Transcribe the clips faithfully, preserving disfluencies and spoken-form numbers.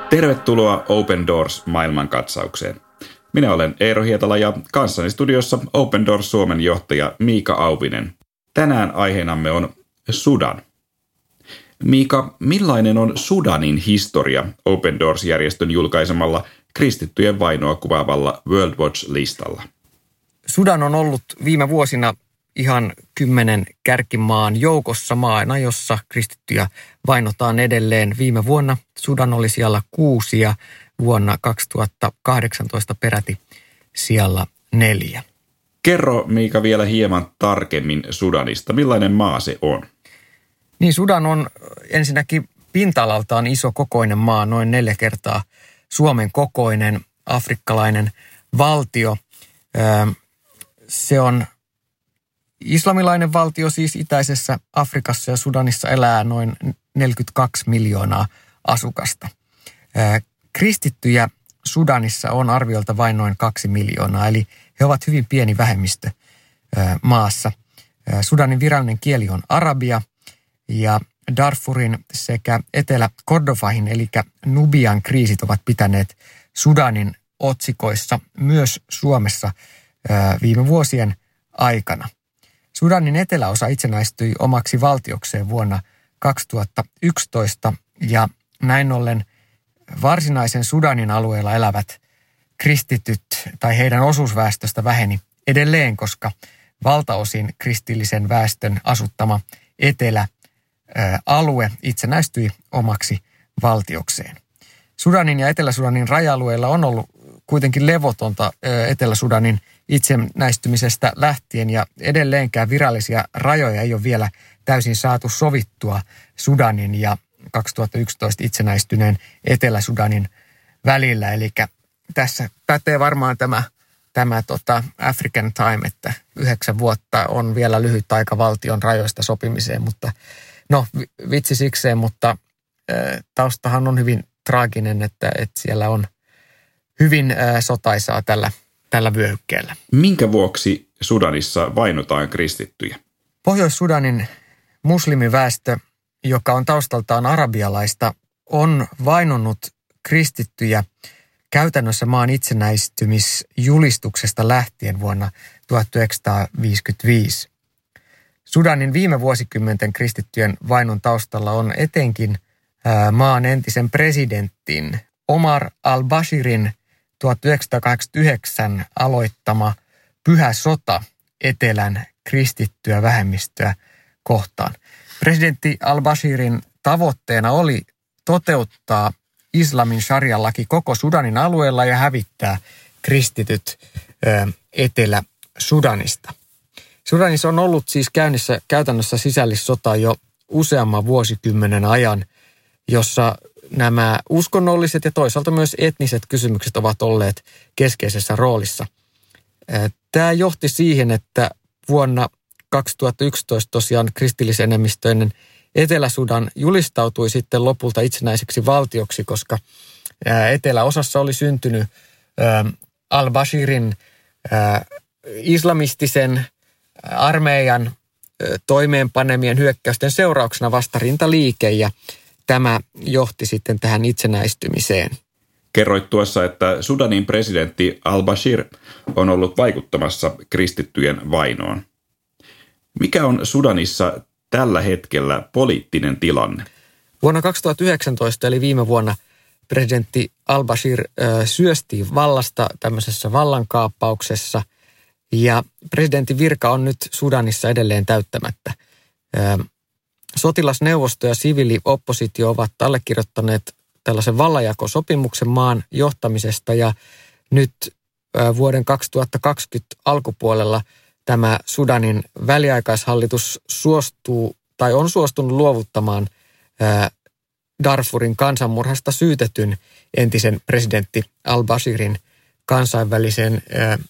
Tervetuloa Open Doors maailmankatsaukseen. Minä olen Eero Hietala ja kanssani studiossa Open Doors Suomen johtaja Miika Auvinen. Tänään aiheenamme on Sudan. Miika, millainen on Sudanin historia Open Doors-järjestön julkaisemalla kristittyjen vainoa kuvaavalla World Watch-listalla? Sudan on ollut viime vuosina ihan kymmenen kärkimaan joukossa maana, jossa kristittyjä vainotaan edelleen. Viime vuonna Sudan oli siellä kuusi ja vuonna kaksituhattakahdeksantoista peräti siellä neljä. Kerro Miika vielä hieman tarkemmin Sudanista. Millainen maa se on? Niin, Sudan on ensinnäkin pinta-alaltaan iso kokoinen maa, noin neljä kertaa Suomen kokoinen afrikkalainen valtio. Se on islamilainen valtio, siis itäisessä Afrikassa, ja Sudanissa elää noin neljäkymmentäkaksi miljoonaa asukasta. Kristittyjä Sudanissa on arviolta vain noin kaksi miljoonaa, eli he ovat hyvin pieni vähemmistö maassa. Sudanin virallinen kieli on arabia, ja Darfurin sekä Etelä-Kordofahin, eli Nubian kriisit ovat pitäneet Sudanin otsikoissa myös Suomessa viime vuosien aikana. Sudanin eteläosa itsenäistyi omaksi valtiokseen vuonna kaksituhattayksitoista, ja näin ollen varsinaisen Sudanin alueella elävät kristityt tai heidän osuusväestöstä väheni edelleen, koska valtaosin kristillisen väestön asuttama eteläalue itsenäistyi omaksi valtiokseen. Sudanin ja Etelä-Sudanin raja-alueella on ollut kuitenkin levotonta Etelä-Sudanin itsenäistymisestä lähtien, ja edelleenkään virallisia rajoja ei ole vielä täysin saatu sovittua Sudanin ja kaksituhattayksitoista itsenäistyneen Etelä-Sudanin välillä. Eli tässä pätee varmaan tämä, tämä tota African time, että yhdeksän vuotta on vielä lyhyt aika valtion rajoista sopimiseen, mutta no vitsi sikseen, mutta äh, taustahan on hyvin traaginen, että, että siellä on hyvin äh, sotaisaa tällä, tällä vyöhykkeellä. Minkä vuoksi Sudanissa vainotaan kristittyjä? Pohjois-Sudanin muslimiväestö, joka on taustaltaan arabialaista, on vainonnut kristittyjä käytännössä maan itsenäistymisjulistuksesta lähtien vuonna tuhatyhdeksänsataaviisikymmentäviisi. Sudanin viime vuosikymmenten kristittyjen vainon taustalla on etenkin ää, maan entisen presidentin Omar al-Bashirin tuhatyhdeksänsataakahdeksankymmentäyhdeksän aloittama pyhä sota etelän kristittyä vähemmistöä kohtaan. Presidentti al-Bashirin tavoitteena oli toteuttaa islamin sharia-laki koko Sudanin alueella ja hävittää kristityt ö, Etelä-Sudanista. Sudanissa on ollut siis käynnissä käytännössä sisällissota jo useamman vuosikymmenen ajan, jossa nämä uskonnolliset ja toisaalta myös etniset kysymykset ovat olleet keskeisessä roolissa. Tämä johti siihen, että vuonna kaksituhattayksitoista tosiaan kristillisenemmistöinen Etelä-Sudan julistautui sitten lopulta itsenäiseksi valtioksi, koska eteläosassa oli syntynyt al-Bashirin islamistisen armeijan toimeenpanemien hyökkäysten seurauksena vastarintaliike, ja tämä johti sitten tähän itsenäistymiseen. Kerroit tuossa, että Sudanin presidentti al-Bashir on ollut vaikuttamassa kristittyjen vainoon. Mikä on Sudanissa tällä hetkellä poliittinen tilanne? Vuonna kaksituhattayhdeksäntoista eli viime vuonna presidentti al-Bashir syöstiin vallasta tämmöisessä vallankaappauksessa, ja presidentin virka on nyt Sudanissa edelleen täyttämättä. Sotilasneuvosto ja siviilioppositio ovat allekirjoittaneet tällaisen vallanjakosopimuksen maan johtamisesta, ja nyt vuoden kaksituhattakaksikymmentä alkupuolella tämä Sudanin väliaikaishallitus suostuu tai on suostunut luovuttamaan Darfurin kansanmurhasta syytetyn entisen presidentti al-Bashirin kansainvälisen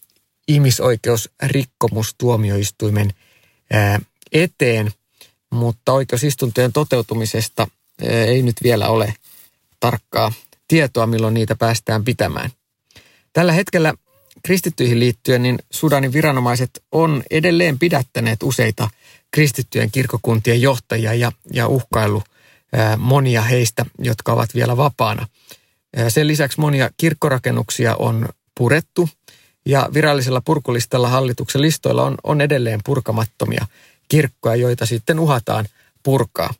ihmisoikeusrikkomustuomioistuimen eteen, mutta oikeusistuntojen toteutumisesta ei nyt vielä ole tarkkaa tietoa, milloin niitä päästään pitämään. Tällä hetkellä kristittyihin liittyen niin Sudanin viranomaiset on edelleen pidättäneet useita kristittyjen kirkkokuntien johtajia ja, ja uhkaillut ää, monia heistä, jotka ovat vielä vapaana. Sen lisäksi monia kirkkorakennuksia on purettu ja virallisella purkulistalla hallituksen listoilla on, on edelleen purkamattomia kirkkoja, joita sitten uhataan purkaa.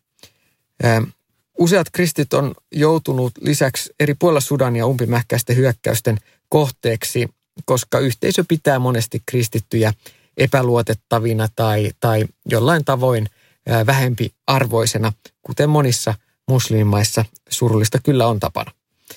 Useat kristit on joutunut lisäksi eri puolilla Sudania umpimähkäisten hyökkäysten kohteeksi, koska yhteisö pitää monesti kristittyjä epäluotettavina tai, tai jollain tavoin vähempi arvoisena, kuten monissa muslimimaissa surullista kyllä on tapana.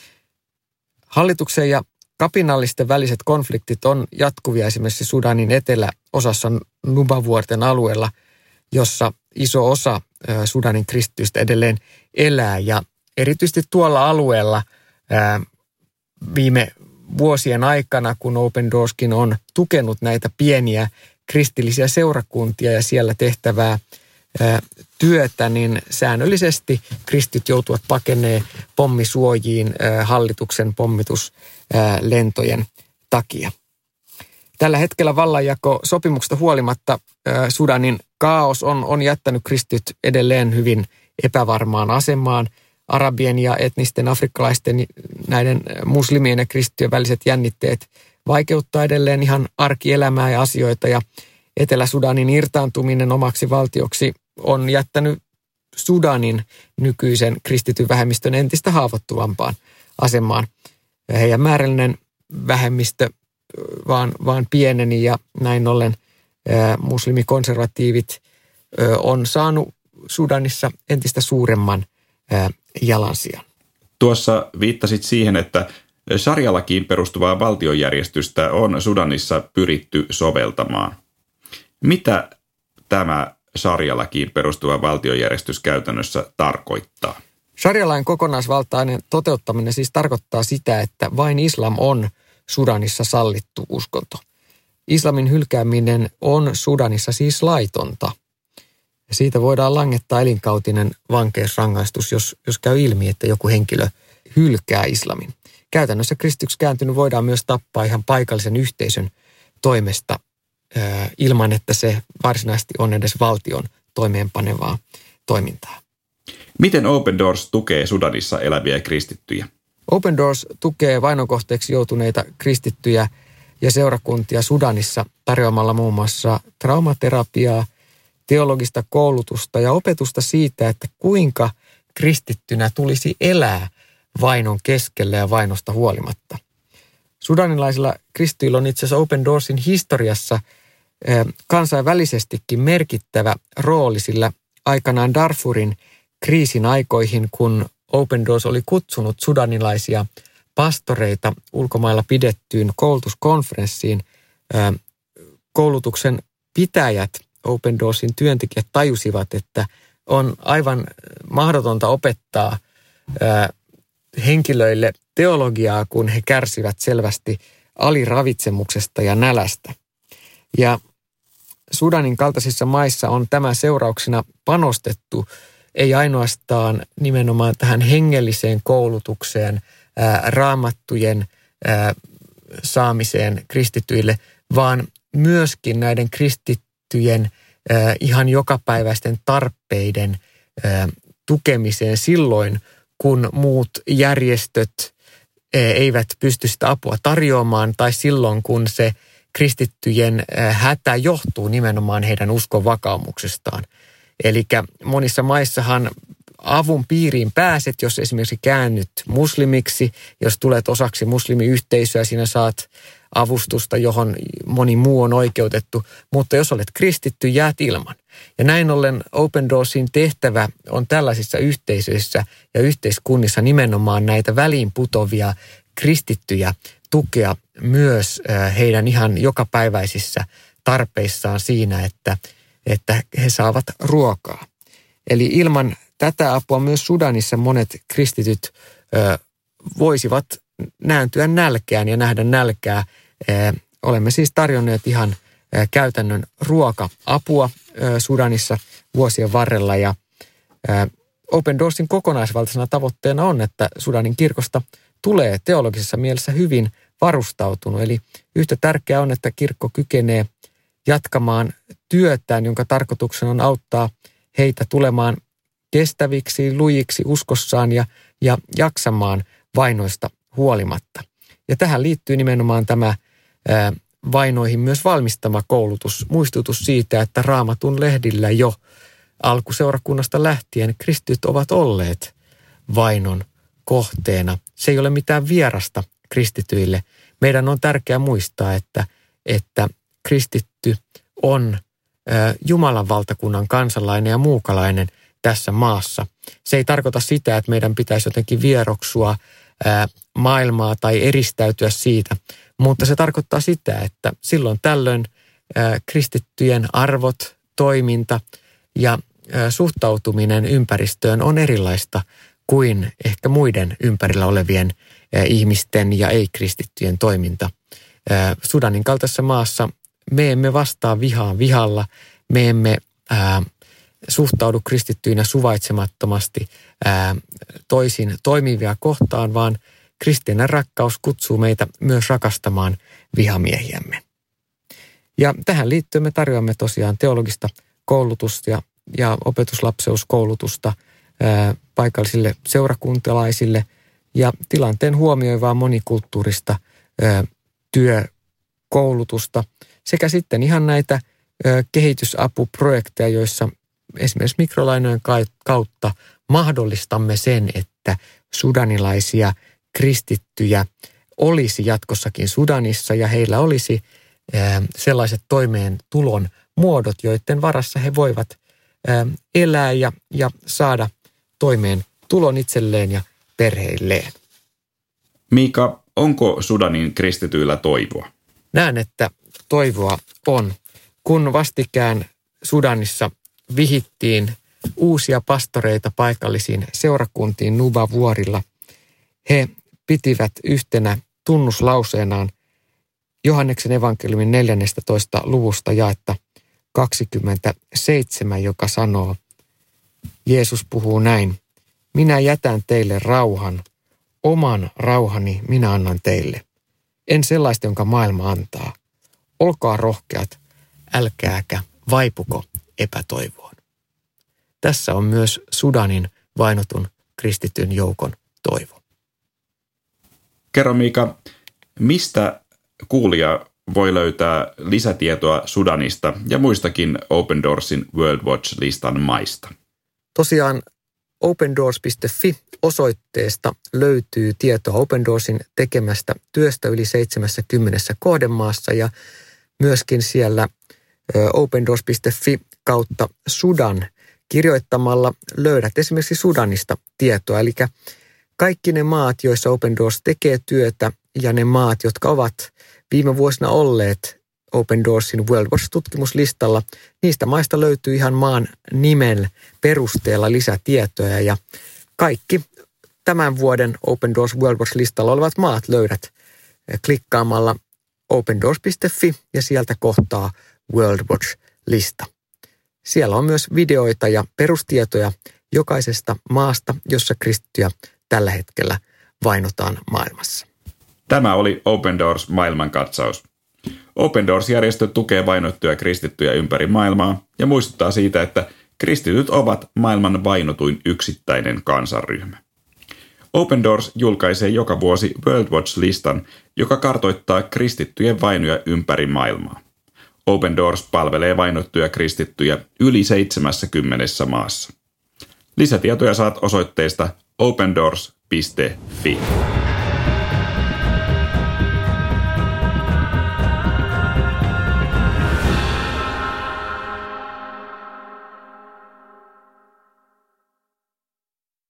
Hallituksen ja kapinallisten väliset konfliktit on jatkuvia esimerkiksi Sudanin eteläosassa Nubavuorten alueella, jossa iso osa Sudanin kristityistä edelleen elää. Ja erityisesti tuolla alueella ää, viime vuosien aikana, kun Open Doorskin on tukenut näitä pieniä kristillisiä seurakuntia ja siellä tehtävää ää, työtä, niin säännöllisesti kristityt joutuvat pakenee pommisuojiin ää, hallituksen pommituslentojen takia. Tällä hetkellä vallanjako sopimuksesta huolimatta ää, Sudanin kaos on, on jättänyt kristityt edelleen hyvin epävarmaan asemaan. Arabien ja etnisten afrikkalaisten näiden muslimien ja kristittyjen väliset jännitteet vaikeuttaa edelleen ihan arkielämää ja asioita. Ja Etelä-Sudanin irtaantuminen omaksi valtioksi on jättänyt Sudanin nykyisen kristityn vähemmistön entistä haavoittuvampaan asemaan. Heidän määrällinen vähemmistö vaan, vaan pieneni ja näin ollen muslimikonservatiivit on saanut Sudanissa entistä suuremman jalansijan. Tuossa viittasit siihen, että sharia-lakiin perustuvaa valtiojärjestystä on Sudanissa pyritty soveltamaan. Mitä tämä sharia-lakiin perustuva valtiojärjestys käytännössä tarkoittaa? Sharia-lain kokonaisvaltainen toteuttaminen siis tarkoittaa sitä, että vain islam on Sudanissa sallittu uskonto. Islamin hylkääminen on Sudanissa siis laitonta. Siitä voidaan langettaa elinkautinen vankeusrangaistus, jos, jos käy ilmi, että joku henkilö hylkää islamin. Käytännössä kristityksi kääntynyt voidaan myös tappaa ihan paikallisen yhteisön toimesta ää, ilman, että se varsinaisesti on edes valtion toimeenpanevaa toimintaa. Miten Open Doors tukee Sudanissa eläviä kristittyjä? Open Doors tukee vainokohteeksi joutuneita kristittyjä ja seurakuntia Sudanissa tarjoamalla muun muassa traumaterapiaa, teologista koulutusta ja opetusta siitä, että kuinka kristittynä tulisi elää vainon keskellä ja vainosta huolimatta. Sudanilaisilla kristityillä on itse asiassa Open Doorsin historiassa kansainvälisestikin merkittävä rooli, sillä aikanaan Darfurin kriisin aikoihin, kun Open Doors oli kutsunut sudanilaisia pastoreita ulkomailla pidettyyn koulutuskonferenssiin, koulutuksen pitäjät, Open Doorsin työntekijät tajusivat, että on aivan mahdotonta opettaa henkilöille teologiaa, kun he kärsivät selvästi aliravitsemuksesta ja nälästä. Ja Sudanin kaltaisissa maissa on tämän seurauksena panostettu ei ainoastaan nimenomaan tähän hengelliseen koulutukseen, ää, raamattujen ää, saamiseen kristityille, vaan myöskin näiden kristittyjen ää, ihan jokapäiväisten tarpeiden ää, tukemiseen silloin, kun muut järjestöt ää, eivät pysty sitä apua tarjoamaan tai silloin, kun se kristittyjen ää, hätä johtuu nimenomaan heidän uskon vakaumuksestaan. Eli monissa maissahan avun piiriin pääset, jos esimerkiksi käännyt muslimiksi, jos tulet osaksi muslimiyhteisöä, siinä saat avustusta, johon moni muu on oikeutettu, mutta jos olet kristitty, jäät ilman. Ja näin ollen Open Doorsin tehtävä on tällaisissa yhteisöissä ja yhteiskunnissa nimenomaan näitä väliin putovia kristittyjä tukea myös heidän ihan jokapäiväisissä tarpeissaan siinä, että että he saavat ruokaa. Eli ilman tätä apua myös Sudanissa monet kristityt ö, voisivat nääntyä nälkään ja nähdä nälkää. E, olemme siis tarjonneet ihan e, käytännön ruoka-apua ö, Sudanissa vuosien varrella. Ja e, Open Doorsin kokonaisvaltaisena tavoitteena on, että Sudanin kirkosta tulee teologisessa mielessä hyvin varustautunut. Eli yhtä tärkeää on, että kirkko kykenee jatkamaan työtään, jonka tarkoituksena on auttaa heitä tulemaan kestäviksi, lujiksi uskossaan ja, ja jaksamaan vainoista huolimatta. Ja tähän liittyy nimenomaan tämä ää, vainoihin myös valmistama koulutus, muistutus siitä, että Raamatun lehdillä jo alkuseurakunnasta lähtien kristityt ovat olleet vainon kohteena. Se ei ole mitään vierasta kristityille. Meidän on tärkeää muistaa, että, että kristitty on ä, Jumalan valtakunnan kansalainen ja muukalainen tässä maassa. Se ei tarkoita sitä, että meidän pitäisi jotenkin vieroksua ä, maailmaa tai eristäytyä siitä, mutta se tarkoittaa sitä, että silloin tällöin ä, kristittyjen arvot, toiminta ja ä, suhtautuminen ympäristöön on erilaista kuin ehkä muiden ympärillä olevien ä, ihmisten ja ei-kristittyjen toiminta. Ä, Sudanin kaltaisessa maassa me emme vastaa vihaan vihalla, me emme ä, suhtaudu kristittyinä suvaitsemattomasti ää, toisin toimivia kohtaan, vaan kristillinen rakkaus kutsuu meitä myös rakastamaan vihamiehiämme. Ja tähän liittyen me tarjoamme tosiaan teologista koulutusta ja, ja opetuslapseuskoulutusta ää, paikallisille seurakuntalaisille ja tilanteen huomioivaa monikulttuurista ää, työkoulutusta sekä sitten ihan näitä ää, kehitysapuprojekteja, joissa esimerkiksi mikrolainojen kautta mahdollistamme sen, että sudanilaisia kristittyjä olisi jatkossakin Sudanissa ja heillä olisi sellaiset toimeentulon muodot, joiden varassa he voivat elää ja, ja saada toimeentulon itselleen ja perheilleen. Miika, onko Sudanin kristityillä toivoa? Näen, että toivoa on. Kun vastikään Sudanissa vihittiin uusia pastoreita paikallisiin seurakuntiin Nuba-vuorilla. He pitivät yhtenä tunnuslauseenaan Johanneksen evankeliumin neljännestätoista luvusta jaetta kaksikymmentäseitsemän, joka sanoo, Jeesus puhuu näin, minä jätän teille rauhan, oman rauhani minä annan teille. En sellaista, jonka maailma antaa. Olkaa rohkeat, älkääkä vaipuko epätoivoon. Tässä on myös Sudanin vainotun kristityn joukon toivo. Kerro Miika, mistä kuulija voi löytää lisätietoa Sudanista ja muistakin Open Doorsin World Watch-listan maista? Tosiaan open doors piste fi osoitteesta löytyy tietoa Open Doorsin tekemästä työstä yli seitsemänkymmentä kohdemaassa ja myöskin siellä open doors piste fi kautta Sudan kirjoittamalla löydät esimerkiksi Sudanista tietoa. Eli kaikki ne maat, joissa Open Doors tekee työtä ja ne maat, jotka ovat viime vuosina olleet Open Doorsin World Watch-tutkimuslistalla, niistä maista löytyy ihan maan nimen perusteella lisätietoja ja kaikki tämän vuoden Open Doors World Watch-listalla olevat maat löydät klikkaamalla open doors piste fi ja sieltä kohtaa World Watch-lista. Siellä on myös videoita ja perustietoja jokaisesta maasta, jossa kristittyjä tällä hetkellä vainotaan maailmassa. Tämä oli Open Doors maailmankatsaus. Open Doors-järjestö tukee vainottuja kristittyjä ympäri maailmaa ja muistuttaa siitä, että kristityt ovat maailman vainotuin yksittäinen kansanryhmä. Open Doors julkaisee joka vuosi World Watch-listan, joka kartoittaa kristittyjen vainoja ympäri maailmaa. Open Doors palvelee vainottuja kristittyjä yli seitsemässäkymmenessä maassa. Lisätietoja saat osoitteesta open doors piste fi.